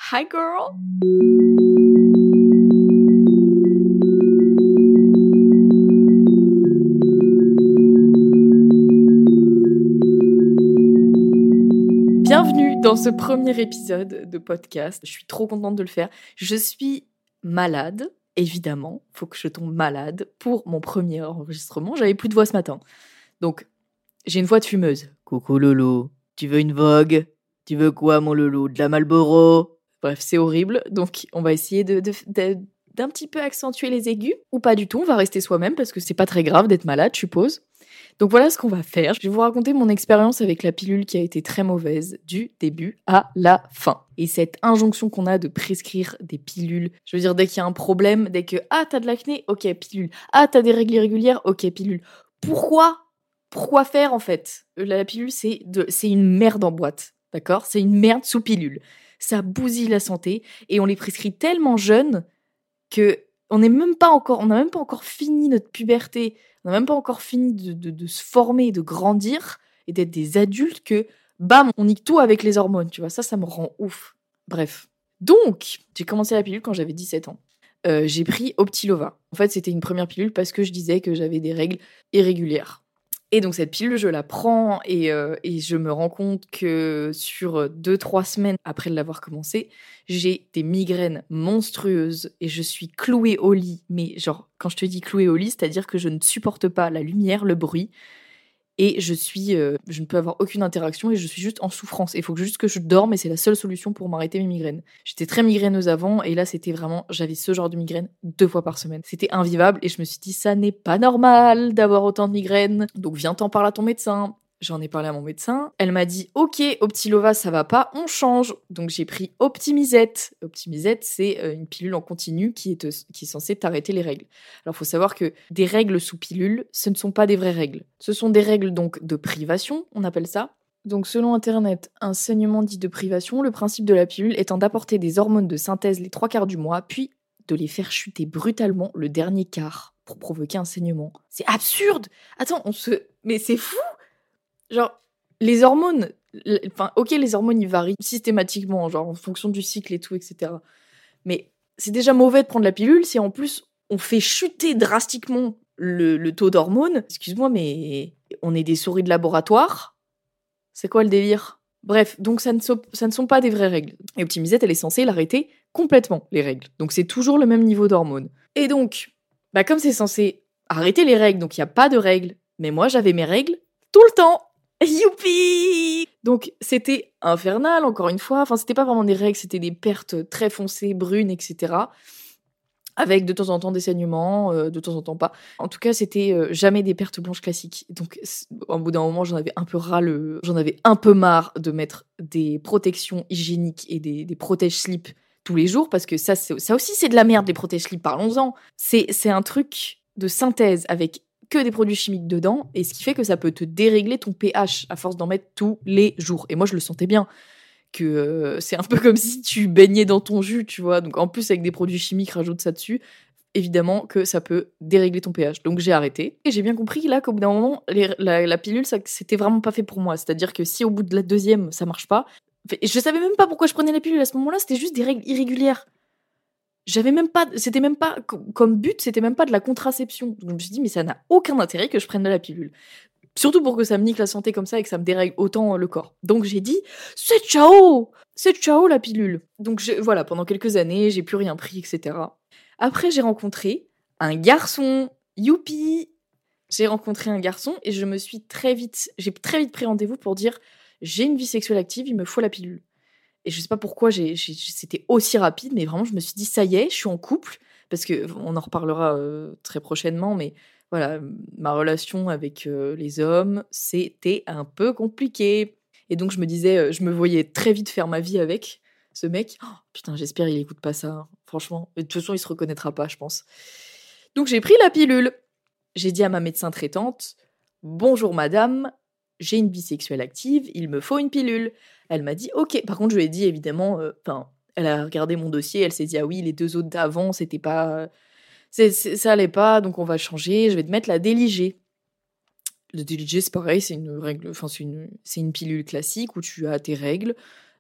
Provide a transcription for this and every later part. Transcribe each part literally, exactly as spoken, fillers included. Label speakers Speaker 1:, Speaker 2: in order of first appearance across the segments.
Speaker 1: Hi girl. Bienvenue dans ce premier épisode de podcast. Je suis trop contente de le faire. Je suis malade, évidemment. Faut que je tombe malade pour mon premier enregistrement. J'avais plus de voix ce matin. Donc, j'ai une voix de fumeuse. Coucou Lolo, tu veux une Vogue ? Tu veux quoi mon Lolo ? De la Marlboro ? Bref, c'est horrible. Donc, on va essayer de, de, de, d'un petit peu accentuer les aigus. Ou pas du tout, on va rester soi-même parce que c'est pas très grave d'être malade, je suppose. Donc voilà ce qu'on va faire. Je vais vous raconter mon expérience avec la pilule qui a été très mauvaise du début à la fin. Et cette injonction qu'on a de prescrire des pilules, je veux dire dès qu'il y a un problème, dès que « Ah, t'as de l'acné ? Ok, pilule. Ah, t'as des règles irrégulières ? Ok, pilule. » Pourquoi ? Pourquoi faire en fait ? La pilule, c'est, de, c'est une merde en boîte, d'accord ? C'est une merde sous pilule. Ça bousille la santé et on les prescrit tellement jeunes que on n'est même pas encore, on n'a même pas encore fini notre puberté. On n'a même pas encore fini de, de, de se former, de grandir et d'être des adultes que, bam, on nique tout avec les hormones, tu vois. Ça, ça me rend ouf. Bref. Donc, j'ai commencé la pilule quand j'avais dix-sept ans. Euh, j'ai pris Optilova. En fait, c'était une première pilule parce que je disais que j'avais des règles irrégulières. Et donc, cette pilule, je la prends et, euh, et je me rends compte que sur deux trois semaines après l'avoir commencé, j'ai des migraines monstrueuses et je suis clouée au lit. Mais genre, quand je te dis clouée au lit, c'est-à-dire que je ne supporte pas la lumière, le bruit. Et je suis, euh, je ne peux avoir aucune interaction et je suis juste en souffrance. Il faut que juste que je dorme et c'est la seule solution pour m'arrêter mes migraines. J'étais très migraineuse avant et là c'était vraiment, j'avais ce genre de migraine deux fois par semaine. C'était invivable et je me suis dit ça n'est pas normal d'avoir autant de migraines. Donc viens t'en parler à ton médecin. J'en ai parlé à mon médecin. Elle m'a dit ok, Optilova ça va pas, on change. Donc j'ai pris Optimizette. Optimizette c'est une pilule en continu qui est, qui est censée t'arrêter les règles. Alors faut savoir que des règles sous pilule, ce ne sont pas des vraies règles. Ce sont des règles donc de privation, on appelle ça. Donc selon Internet, un saignement dit de privation, le principe de la pilule étant d'apporter des hormones de synthèse les trois quarts du mois, puis de les faire chuter brutalement le dernier quart pour provoquer un saignement. C'est absurde. Attends, on se... Mais c'est fou. Genre, les hormones, enfin, ok, les hormones, ils varient systématiquement, genre, en fonction du cycle et tout, et cetera. Mais c'est déjà mauvais de prendre la pilule si, en plus, on fait chuter drastiquement le, le taux d'hormones. Excuse-moi, mais on est des souris de laboratoire ? C'est quoi le délire ? Bref, donc ça ne, so- ça ne sont pas des vraies règles. Et Optimizette, elle est censée l'arrêter complètement, les règles. Donc c'est toujours le même niveau d'hormones. Et donc, bah comme c'est censé arrêter les règles, donc il n'y a pas de règles, mais moi, j'avais mes règles tout le temps. Youpi! Donc c'était infernal, encore une fois. Enfin, c'était pas vraiment des règles, c'était des pertes très foncées, brunes, et cetera. Avec de temps en temps des saignements, euh, de temps en temps pas. En tout cas, c'était euh, jamais des pertes blanches classiques. Donc, au bout d'un moment, j'en avais un peu ras le... J'en avais un peu marre de mettre des protections hygiéniques et des, des protège-slips tous les jours, parce que ça, c'est, ça aussi, c'est de la merde, les protège-slips, parlons-en. C'est, c'est un truc de synthèse avec que des produits chimiques dedans, et ce qui fait que ça peut te dérégler ton pH à force d'en mettre tous les jours. Et moi, je le sentais bien, que euh, c'est un peu comme si tu baignais dans ton jus, tu vois. Donc en plus, avec des produits chimiques, rajoute ça dessus, évidemment que ça peut dérégler ton pH. Donc j'ai arrêté. Et j'ai bien compris, là, qu'au bout d'un moment, les, la, la pilule, ça, c'était vraiment pas fait pour moi. C'est-à-dire que si au bout de la deuxième, ça marche pas... Je savais même pas pourquoi je prenais la pilule à ce moment-là, c'était juste des règles irrégulières. J'avais même pas, c'était même pas, comme but, c'était même pas de la contraception. Donc je me suis dit, mais ça n'a aucun intérêt que je prenne de la pilule. Surtout pour que ça me nique la santé comme ça et que ça me dérègle autant le corps. Donc j'ai dit, c'est ciao! C'est ciao la pilule. Donc je, voilà, pendant quelques années, j'ai plus rien pris, et cetera. Après, j'ai rencontré un garçon. Youpi! J'ai rencontré un garçon et je me suis très vite, j'ai très vite pris rendez-vous pour dire, j'ai une vie sexuelle active, il me faut la pilule. Et je sais pas pourquoi j'ai, j'ai, c'était aussi rapide, mais vraiment, je me suis dit, ça y est, je suis en couple, parce que on en reparlera euh, très prochainement, mais voilà, ma relation avec euh, les hommes, c'était un peu compliqué. Et donc, je me disais, euh, je me voyais très vite faire ma vie avec ce mec. Oh, putain, j'espère il écoute pas ça, hein, franchement. De toute façon, il se reconnaîtra pas, je pense. Donc, j'ai pris la pilule. J'ai dit à ma médecin traitante, bonjour madame, j'ai une vie sexuelle active, il me faut une pilule. Elle m'a dit ok. Par contre, je lui ai dit évidemment, enfin, euh, elle a regardé mon dossier, elle s'est dit ah oui, les deux autres d'avant, c'était pas, c'est, c'est, ça allait pas, donc on va changer. Je vais te mettre la Déligé. Le Déligé, c'est pareil, c'est une règle, enfin c'est une, c'est une pilule classique où tu as tes règles.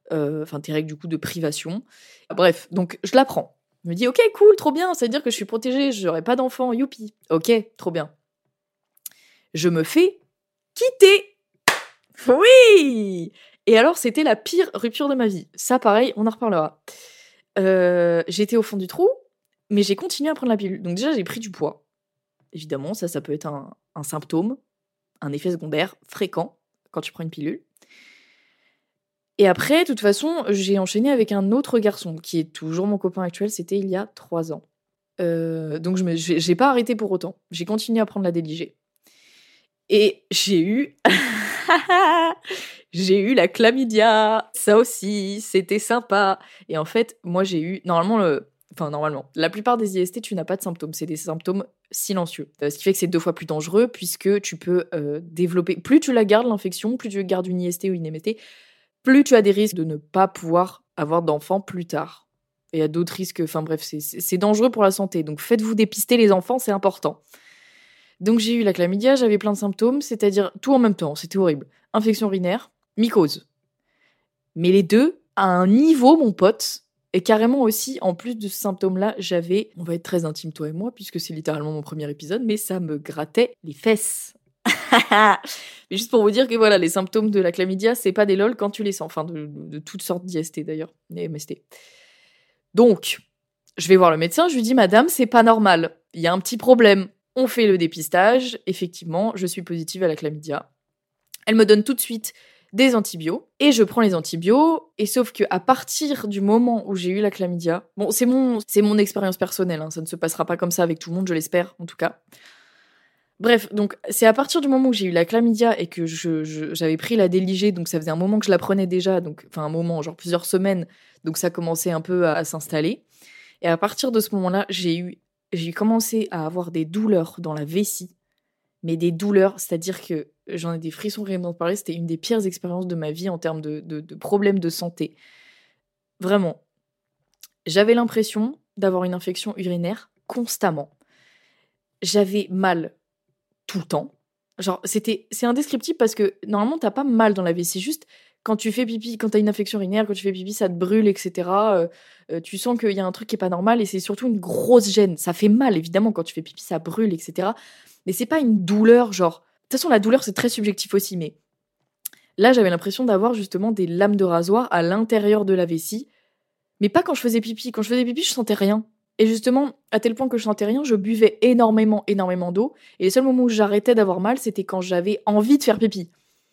Speaker 1: euh, enfin tes règles du coup de privation. Bref, donc je la prends. Je me dis, ok, cool, trop bien, ça veut dire que je suis protégée, j'aurai pas d'enfant, youpi. Ok, trop bien. Je me fais quitter. Oui. Et alors, c'était la pire rupture de ma vie. Ça, pareil, on en reparlera. Euh, j'étais au fond du trou, mais j'ai continué à prendre la pilule. Donc déjà, j'ai pris du poids. Évidemment, ça, ça peut être un, un symptôme, un effet secondaire fréquent quand tu prends une pilule. Et après, de toute façon, j'ai enchaîné avec un autre garçon, qui est toujours mon copain actuel, c'était il y a trois ans. Euh, donc je me, j'ai, j'ai pas arrêté pour autant. J'ai continué à prendre la D L I G. Et j'ai eu... j'ai eu la chlamydia. Ça aussi, c'était sympa. Et en fait, moi, j'ai eu... Normalement, le... Enfin, normalement, la plupart des I S T, tu n'as pas de symptômes. C'est des symptômes silencieux. Euh, ce qui fait que c'est deux fois plus dangereux, puisque tu peux euh, développer... Plus tu la gardes, l'infection, plus tu gardes une I S T ou une M S T, plus tu as des risques de ne pas pouvoir avoir d'enfants plus tard. Et il y a d'autres risques... Enfin bref, c'est, c'est, c'est dangereux pour la santé. Donc faites-vous dépister les enfants, c'est important. Donc j'ai eu la chlamydia, j'avais plein de symptômes, c'est-à-dire tout en même temps, c'était horrible. Infection urinaire, mycose. Mais les deux, à un niveau, mon pote, et carrément aussi, en plus de ce symptôme-là, j'avais, on va être très intime toi et moi, puisque c'est littéralement mon premier épisode, mais ça me grattait les fesses. Mais juste pour vous dire que voilà, les symptômes de la chlamydia, c'est pas des lol quand tu les sens, enfin de, de toutes sortes d'I S T d'ailleurs, et M S T. Donc, je vais voir le médecin, je lui dis, madame, c'est pas normal, il y a un petit problème. On fait le dépistage, effectivement, je suis positive à la chlamydia. Elle me donne tout de suite des antibiotiques, et je prends les antibiotiques, et sauf que à partir du moment où j'ai eu la chlamydia, bon, c'est mon, c'est mon expérience personnelle, hein, ça ne se passera pas comme ça avec tout le monde, je l'espère, en tout cas. Bref, donc c'est à partir du moment où j'ai eu la chlamydia et que je, je, j'avais pris la D L I G, donc ça faisait un moment que je la prenais déjà, donc enfin un moment, genre plusieurs semaines, donc ça commençait un peu à, à s'installer. Et à partir de ce moment-là, j'ai eu j'ai commencé à avoir des douleurs dans la vessie, mais des douleurs, c'est-à-dire que j'en ai des frissons rien d'en parler, c'était une des pires expériences de ma vie en termes de, de, de problèmes de santé. Vraiment. J'avais l'impression d'avoir une infection urinaire constamment. J'avais mal tout le temps. Genre, c'était, c'est indescriptible parce que normalement, t'as pas mal dans la vessie, juste quand tu fais pipi, quand t'as une infection urinaire, quand tu fais pipi, ça te brûle, et cetera. Euh, euh, tu sens qu'il y a un truc qui est pas normal et c'est surtout une grosse gêne. Ça fait mal, évidemment, quand tu fais pipi, ça brûle, et cetera. Mais c'est pas une douleur, genre... De toute façon, la douleur, c'est très subjectif aussi, mais là, j'avais l'impression d'avoir justement des lames de rasoir à l'intérieur de la vessie. Mais pas quand je faisais pipi. Quand je faisais pipi, je sentais rien. Et justement, à tel point que je sentais rien, je buvais énormément, énormément d'eau. Et les seuls moments où j'arrêtais d'avoir mal, c'était quand j'avais envie de faire pipi.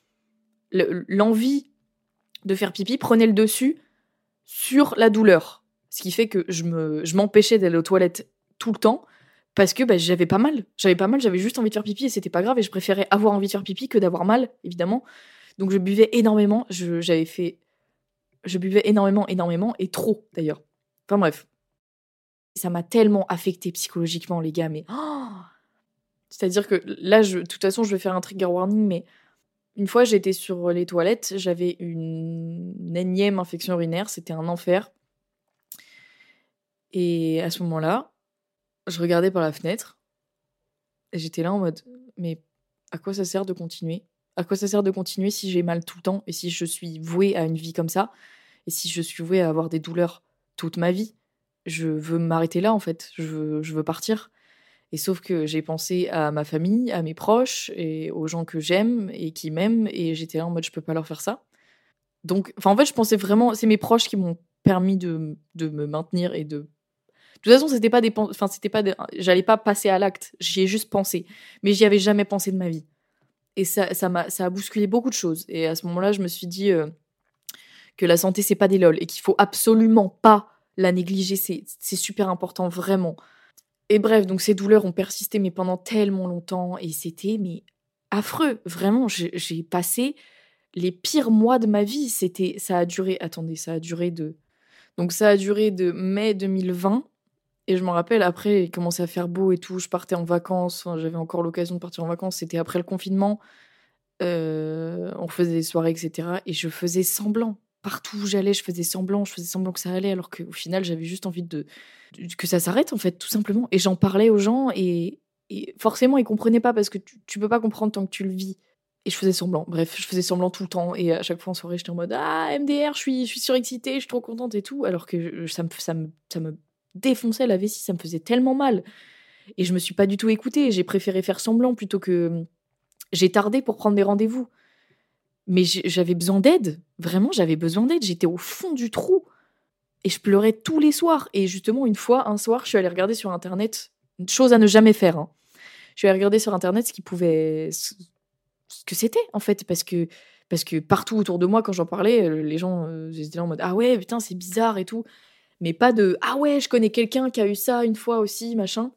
Speaker 1: Le, l'envie de faire pipi prenait le dessus sur la douleur. Ce qui fait que je, me, je m'empêchais d'aller aux toilettes tout le temps parce que bah, j'avais pas mal. J'avais pas mal, j'avais juste envie de faire pipi et c'était pas grave. Et je préférais avoir envie de faire pipi que d'avoir mal, évidemment. Donc je buvais énormément. Je, j'avais fait... Je buvais énormément, énormément et trop, d'ailleurs. Enfin bref. Ça m'a tellement affectée psychologiquement, les gars, mais... Oh, c'est-à-dire que là, je, de toute façon, je vais faire un trigger warning, mais une fois, j'étais sur les toilettes, j'avais une, une énième infection urinaire, c'était un enfer. Et à ce moment-là, je regardais par la fenêtre, et j'étais là en mode, mais à quoi ça sert de continuer ? À quoi ça sert de continuer si j'ai mal tout le temps, et si je suis vouée à une vie comme ça, et si je suis vouée à avoir des douleurs toute ma vie ? Je veux m'arrêter là, en fait. Je veux, je veux partir. Et sauf que j'ai pensé à ma famille, à mes proches, et aux gens que j'aime et qui m'aiment, et j'étais là en mode, je peux pas leur faire ça. Donc, enfin, en fait, je pensais vraiment... C'est mes proches qui m'ont permis de, de me maintenir et de... De toute façon, c'était pas des... Enfin, c'était pas des... J'allais pas passer à l'acte. J'y ai juste pensé. Mais j'y avais jamais pensé de ma vie. Et ça, ça, m'a, ça a bousculé beaucoup de choses. Et à ce moment-là, je me suis dit euh, que la santé, c'est pas des lol. Et qu'il faut absolument pas la négliger. C'est, c'est super important, vraiment. Et bref, donc ces douleurs ont persisté, mais pendant tellement longtemps. Et c'était, mais affreux. Vraiment, j'ai, j'ai passé les pires mois de ma vie. C'était, ça a duré... Attendez, ça a duré de... Donc ça a duré de mai deux mille vingt. Et je m'en rappelle, après, il commençait à faire beau et tout. Je partais en vacances. Enfin, j'avais encore l'occasion de partir en vacances. C'était après le confinement. Euh, on faisait des soirées, et cetera. Et je faisais semblant. Partout où j'allais, je faisais semblant. Je faisais semblant que ça allait, alors qu'au final, j'avais juste envie de, de que ça s'arrête, en fait, tout simplement. Et j'en parlais aux gens. Et, et forcément, ils comprenaient pas parce que tu, tu peux pas comprendre tant que tu le vis. Et je faisais semblant. Bref, je faisais semblant tout le temps. Et à chaque fois en soirée, j'étais en mode ah M D R, je suis, je suis surexcitée, je suis trop contente et tout. Alors que je- ça me, ça me, ça me défonçait la vessie, ça me faisait tellement mal. Et je me suis pas du tout écoutée. J'ai préféré faire semblant plutôt que j'ai tardé pour prendre mes rendez-vous. Mais j'ai- j'avais besoin d'aide. Vraiment, j'avais besoin d'aide. J'étais au fond du trou. Et je pleurais tous les soirs. Et justement, une fois, un soir, je suis allée regarder sur Internet, une chose à ne jamais faire. Hein. Je suis allée regarder sur Internet ce qui pouvait, ce ce que c'était en fait, parce que parce que partout autour de moi, quand j'en parlais, euh, les gens euh, ils étaient là en mode ah ouais putain c'est bizarre et tout, mais pas de ah ouais je connais quelqu'un qui a eu ça une fois aussi machin.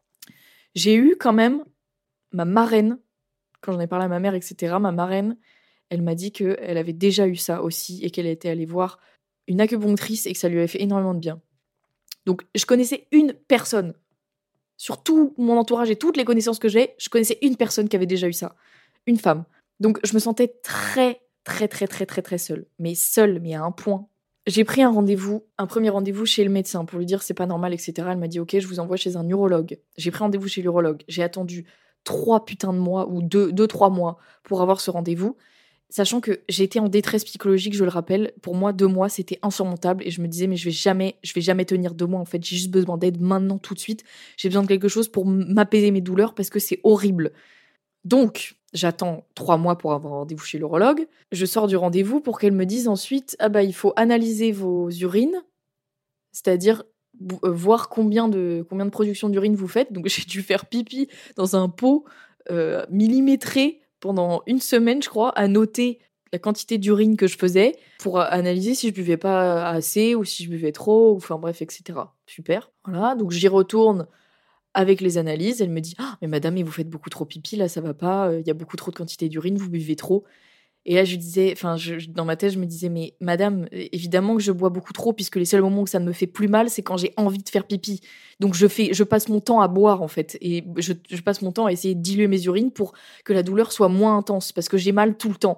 Speaker 1: J'ai eu quand même ma marraine quand j'en ai parlé à ma mère et cetera. Ma marraine, elle m'a dit que elle avait déjà eu ça aussi et qu'elle était allée voir une acupunctrice et que ça lui avait fait énormément de bien. Donc je connaissais une personne sur tout mon entourage et toutes les connaissances que j'ai, je connaissais une personne qui avait déjà eu ça. Une femme. Donc je me sentais très, très, très, très, très, très seule. Mais seule, mais à un point. J'ai pris un rendez-vous, un premier rendez-vous chez le médecin pour lui dire c'est pas normal, et cetera. Elle m'a dit ok, je vous envoie chez un urologue. J'ai pris rendez-vous chez l'urologue. J'ai attendu trois putains de mois ou deux, deux, trois mois pour avoir ce rendez-vous. Sachant que j'étais en détresse psychologique, je le rappelle. Pour moi, deux mois, c'était insurmontable. Et je me disais, mais je vais jamais, je vais jamais tenir deux mois. En fait, j'ai juste besoin d'aide maintenant, tout de suite. J'ai besoin de quelque chose pour m'apaiser mes douleurs parce que c'est horrible. Donc, j'attends trois mois pour avoir un rendez-vous chez l'urologue. Je sors du rendez-vous pour qu'elle me dise ensuite, ah bah, il faut analyser vos urines. C'est-à-dire euh, voir combien de, combien de production d'urine vous faites. Donc, j'ai dû faire pipi dans un pot euh, millimétré pendant une semaine, je crois, à noter la quantité d'urine que je faisais pour analyser si je buvais pas assez ou si je buvais trop, ou enfin bref, et cetera. Super. Voilà, donc j'y retourne avec les analyses. Elle me dit ah, mais madame, mais vous faites beaucoup trop pipi, là, ça va pas, il y a beaucoup trop de quantité d'urine, vous buvez trop. Et là, je lui disais, enfin, je, je- dans ma tête, je me disais, mais madame, euh, évidemment que je bois beaucoup trop, puisque les seuls moments où ça me fait plus mal, c'est quand j'ai envie de faire pipi. Donc, je fais, je passe mon temps à boire, en fait. Et je, je passe mon temps à essayer de diluer mes urines pour que la douleur soit moins intense, parce que j'ai mal tout le temps.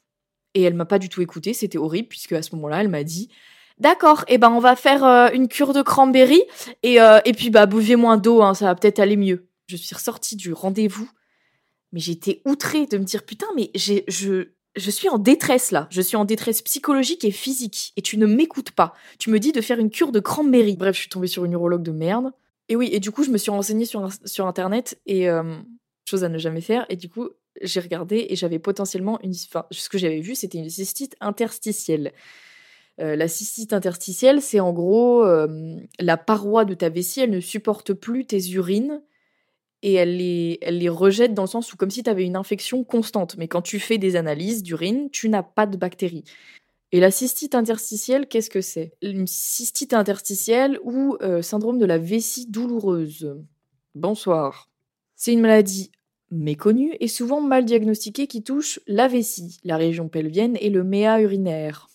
Speaker 1: Et elle m'a pas du tout écoutée, c'était horrible, puisque à ce moment-là, elle m'a dit, d'accord, et ben, on va faire euh, une cure de cranberry, et, euh, et puis, bah, buvez moins d'eau, hein, ça va peut-être aller mieux. Je suis ressortie du rendez-vous, mais j'étais outrée de me dire, putain, mais j'ai, je, je suis en détresse là. Je suis en détresse psychologique et physique. Et tu ne m'écoutes pas. Tu me dis de faire une cure de cranberry. Bref, je suis tombée sur une urologue de merde. Et oui, et du coup, je me suis renseignée sur, sur Internet. Et euh, chose à ne jamais faire. Et du coup, j'ai regardé et j'avais potentiellement une. Enfin, ce que j'avais vu, c'était une cystite interstitielle. Euh, la cystite interstitielle, c'est en gros euh, la paroi de ta vessie, elle ne supporte plus tes urines et elle les, elle les rejette dans le sens où comme si tu avais une infection constante. Mais quand tu fais des analyses d'urine, tu n'as pas de bactéries. Et la cystite interstitielle, qu'est-ce que c'est? Une cystite interstitielle ou euh, syndrome de la vessie douloureuse. Bonsoir. C'est une maladie méconnue et souvent mal diagnostiquée qui touche la vessie, la région pelvienne et le méa urinaire.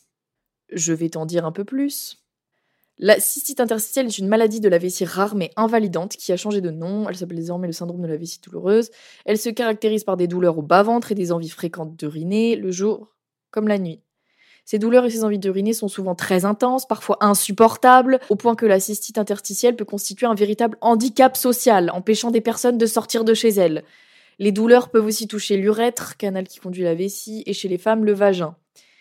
Speaker 1: Je vais t'en dire un peu plus. La cystite interstitielle est une maladie de la vessie rare mais invalidante qui a changé de nom. Elle s'appelle désormais le syndrome de la vessie douloureuse. Elle se caractérise par des douleurs au bas-ventre et des envies fréquentes d'uriner, le jour comme la nuit. Ces douleurs et ces envies d'uriner sont souvent très intenses, parfois insupportables, au point que la cystite interstitielle peut constituer un véritable handicap social, empêchant des personnes de sortir de chez elles. Les douleurs peuvent aussi toucher l'urètre, canal qui conduit la vessie, et chez les femmes, le vagin.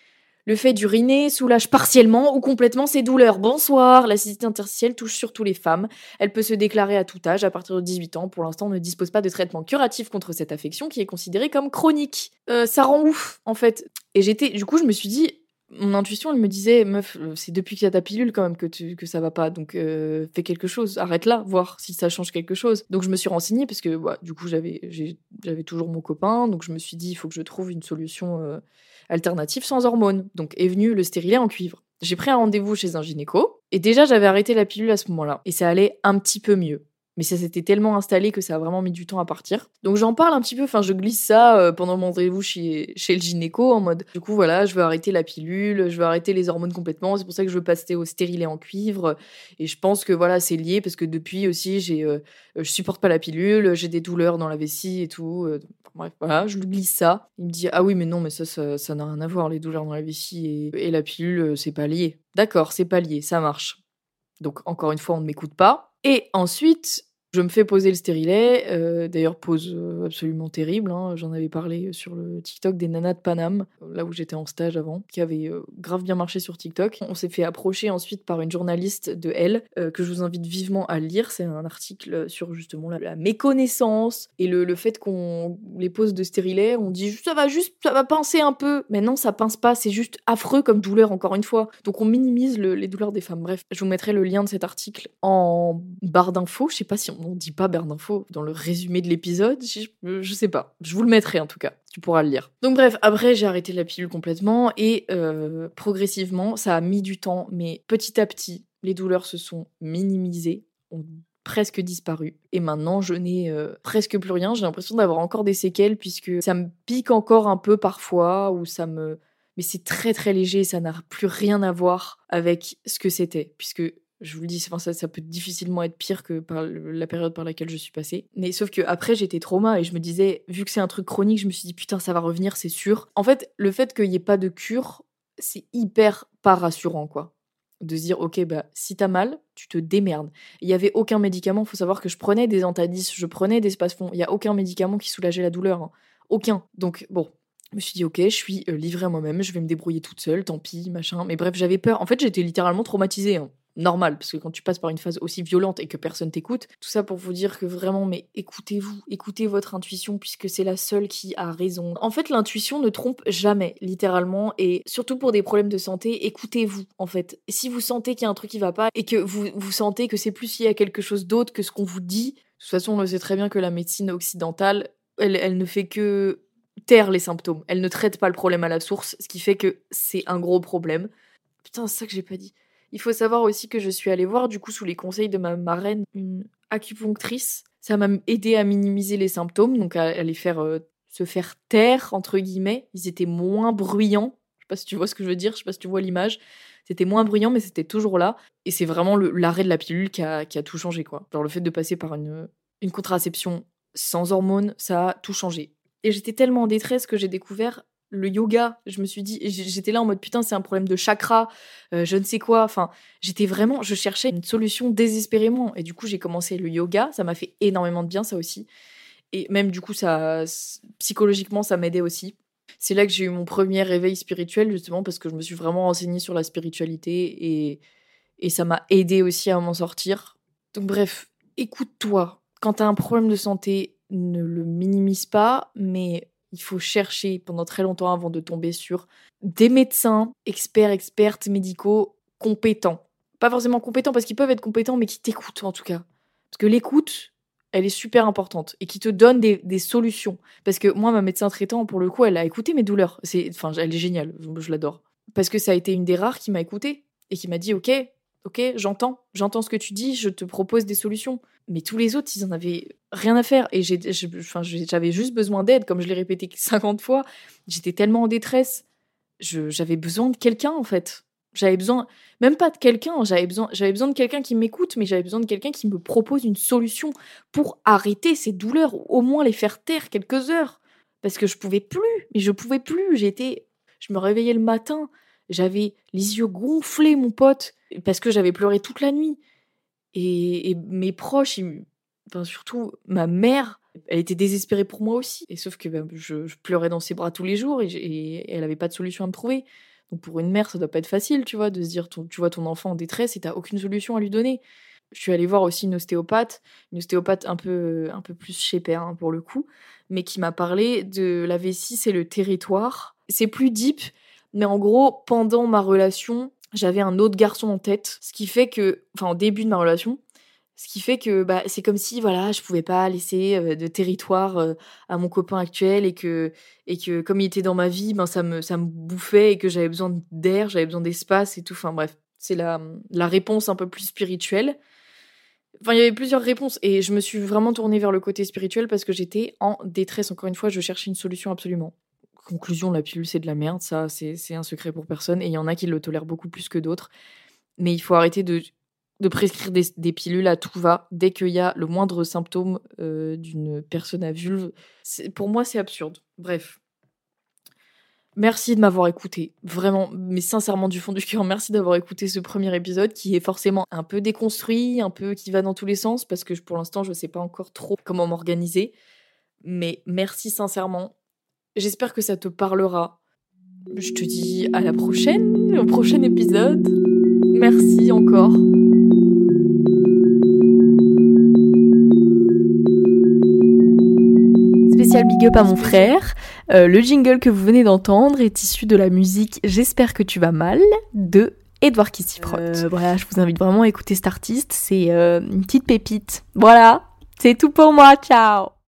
Speaker 1: Le fait d'uriner soulage partiellement ou complètement ces douleurs. Bonsoir, la cystite interstitielle touche surtout les femmes. Elle peut se déclarer à tout âge, à partir de dix-huit ans. Pour l'instant, on ne dispose pas de traitement curatif contre cette affection qui est considérée comme chronique. Euh, ça rend ouf, en fait. Et j'étais, du coup, je me suis dit, mon intuition, elle me disait, meuf, euh, c'est depuis qu'il y a ta pilule quand même que, tu, que ça va pas. Donc, euh, fais quelque chose, arrête là, voir si ça change quelque chose. Donc, je me suis renseignée parce que, bah, du coup, j'avais, j'ai- j'avais toujours mon copain. Donc, je me suis dit, il faut que je trouve une solution euh, alternative sans hormones. Donc, est venu le stérilet en cuivre. J'ai pris un rendez-vous chez un gynéco. Et déjà, j'avais arrêté la pilule à ce moment-là. Et ça allait un petit peu mieux. Mais ça s'était tellement installé que ça a vraiment mis du temps à partir. Donc j'en parle un petit peu, enfin je glisse ça euh, pendant mon rendez-vous chez, chez le gynéco en mode du coup voilà, je veux arrêter la pilule, je veux arrêter les hormones complètement, c'est pour ça que je veux passer au stérilet en cuivre. Et je pense que voilà, c'est lié parce que depuis aussi, j'ai, euh, je supporte pas la pilule, j'ai des douleurs dans la vessie et tout. euh, bref, voilà, je lui glisse ça. Il me dit ah oui, mais non, mais ça, ça, ça n'a rien à voir, les douleurs dans la vessie et, et la pilule, euh, c'est pas lié. D'accord, c'est pas lié, ça marche. Donc encore une fois, on ne m'écoute pas. Et ensuite, Je me fais poser le stérilet, euh, d'ailleurs pose euh, absolument terrible, hein. J'en avais parlé sur le TikTok des nanas de Paname, là où j'étais en stage avant, qui avait euh, grave bien marché sur TikTok. On s'est fait approcher ensuite par une journaliste de Elle, euh, que je vous invite vivement à lire. C'est un article sur justement la, la méconnaissance et le, le fait qu'on les pose de stérilet, on dit ça va juste, ça va pincer un peu, mais non ça pince pas, c'est juste affreux comme douleur encore une fois. Donc on minimise le, les douleurs des femmes. Bref, je vous mettrai le lien de cet article en barre d'infos, je sais pas si on on dit pas barre d'infos dans le résumé de l'épisode, je, je sais pas. Je vous le mettrai en tout cas, tu pourras le lire. Donc bref, après j'ai arrêté la pilule complètement et euh, progressivement, ça a mis du temps, mais petit à petit, les douleurs se sont minimisées, ont presque disparu. Et maintenant, je n'ai euh, presque plus rien. J'ai l'impression d'avoir encore des séquelles puisque ça me pique encore un peu parfois ou ça me... Mais c'est très très léger, ça n'a plus rien à voir avec ce que c'était puisque je vous le dis, enfin, ça, ça peut difficilement être pire que par la période par laquelle je suis passée. Mais sauf que après j'étais trauma et je me disais, vu que c'est un truc chronique, je me suis dit putain ça va revenir, c'est sûr. En fait, le fait qu'il n'y ait pas de cure, c'est hyper pas rassurant quoi. De se dire ok bah si t'as mal, tu te démerdes. Il y avait aucun médicament. Faut savoir que je prenais des Antadis, je prenais des Spasfon. Il y a aucun médicament qui soulageait la douleur, hein. Aucun. Donc bon. Je me suis dit, ok, je suis euh, livrée à moi-même, je vais me débrouiller toute seule, tant pis, machin. Mais bref, j'avais peur. En fait, j'étais littéralement traumatisée, hein. Normal, parce que quand tu passes par une phase aussi violente et que personne t'écoute, tout ça pour vous dire que vraiment, mais écoutez-vous, écoutez votre intuition, puisque c'est la seule qui a raison. En fait, l'intuition ne trompe jamais, littéralement, et surtout pour des problèmes de santé, écoutez-vous, en fait. Si vous sentez qu'il y a un truc qui va pas, et que vous, vous sentez que c'est plus lié à quelque chose d'autre que ce qu'on vous dit, de toute façon, on le sait très bien que la médecine occidentale, elle, elle ne fait que taire les symptômes. Elle ne traite pas le problème à la source, ce qui fait que c'est un gros problème. Putain, c'est ça que j'ai pas dit. Il faut savoir aussi que je suis allée voir, du coup, sous les conseils de ma marraine, une acupunctrice. Ça m'a aidé à minimiser les symptômes, donc à, à les faire euh, se faire taire, entre guillemets. Ils étaient moins bruyants. Je sais pas si tu vois ce que je veux dire, je sais pas si tu vois l'image. C'était moins bruyant, mais c'était toujours là. Et c'est vraiment le, l'arrêt de la pilule qui a, qui a tout changé, quoi. Genre le fait de passer par une, une contraception sans hormones, ça a tout changé. Et j'étais tellement en détresse que j'ai découvert le yoga. Je me suis dit, j'étais là en mode putain, c'est un problème de chakra, euh, je ne sais quoi. Enfin, j'étais vraiment, je cherchais une solution désespérément. Et du coup, j'ai commencé le yoga. Ça m'a fait énormément de bien, ça aussi. Et même du coup, ça, psychologiquement, ça m'aidait aussi. C'est là que j'ai eu mon premier réveil spirituel, justement, parce que je me suis vraiment renseignée sur la spiritualité et, et ça m'a aidé aussi à m'en sortir. Donc bref, écoute-toi. Quand t'as un problème de santé, ne le minimise pas, mais il faut chercher pendant très longtemps avant de tomber sur des médecins, experts, expertes médicaux compétents. Pas forcément compétents parce qu'ils peuvent être compétents, mais qui t'écoutent en tout cas. Parce que l'écoute, elle est super importante et qui te donne des, des solutions. Parce que moi, ma médecin traitant, pour le coup, elle a écouté mes douleurs. C'est, enfin, elle est géniale, je l'adore. Parce que ça a été une des rares qui m'a écoutée et qui m'a dit, ok, ok, j'entends, j'entends ce que tu dis, je te propose des solutions. Mais tous les autres, ils en avaient rien à faire. Et j'ai, j'ai, enfin, j'avais juste besoin d'aide, comme je l'ai répété cinquante fois. J'étais tellement en détresse. Je, j'avais besoin de quelqu'un, en fait. J'avais besoin, même pas de quelqu'un, j'avais besoin, j'avais besoin de quelqu'un qui m'écoute, mais j'avais besoin de quelqu'un qui me propose une solution pour arrêter ces douleurs, ou au moins les faire taire quelques heures. Parce que je pouvais plus, mais je pouvais plus. J'étais, je me réveillais le matin, j'avais les yeux gonflés, mon pote, parce que j'avais pleuré toute la nuit. Et, et mes proches, ils, enfin, surtout ma mère, elle était désespérée pour moi aussi. Et sauf que ben, je, je pleurais dans ses bras tous les jours et, et elle avait pas de solution à me trouver. Donc pour une mère, ça doit pas être facile, tu vois, de se dire, ton, tu vois ton enfant en détresse et t'as aucune solution à lui donner. Je suis allée voir aussi une ostéopathe, une ostéopathe un peu, un peu plus chez père, hein, pour le coup, mais qui m'a parlé de la vessie, c'est le territoire. C'est plus deep, mais en gros, pendant ma relation, j'avais un autre garçon en tête, ce qui fait que, enfin au début de ma relation, ce qui fait que bah, c'est comme si voilà, je pouvais pas laisser euh, de territoire euh, à mon copain actuel et que, et que comme il était dans ma vie, ben, ça, me, ça me bouffait et que j'avais besoin d'air, j'avais besoin d'espace et tout. Enfin bref, c'est la, la réponse un peu plus spirituelle. Enfin, il y avait plusieurs réponses et je me suis vraiment tournée vers le côté spirituel parce que j'étais en détresse. Encore une fois, je cherchais une solution absolument. Conclusion, la pilule, c'est de la merde. Ça, c'est, c'est un secret pour personne. Et il y en a qui le tolèrent beaucoup plus que d'autres. Mais il faut arrêter de, de prescrire des, des pilules à tout va dès qu'il y a le moindre symptôme euh, d'une personne à vulve. C'est, pour moi, c'est absurde. Bref. Merci de m'avoir écouté, vraiment, mais sincèrement du fond du cœur, merci d'avoir écouté ce premier épisode qui est forcément un peu déconstruit, un peu qui va dans tous les sens, parce que pour l'instant, je sais pas encore trop comment m'organiser. Mais merci sincèrement. J'espère que ça te parlera. Je te dis à la prochaine, au prochain épisode. Merci encore. Spécial big up à mon frère. Euh, le jingle que vous venez d'entendre est issu de la musique J'espère que tu vas mal de Edouard qui s'y frotte. Euh, voilà, je vous invite vraiment à écouter cet artiste. C'est euh, une petite pépite. Voilà, c'est tout pour moi. Ciao.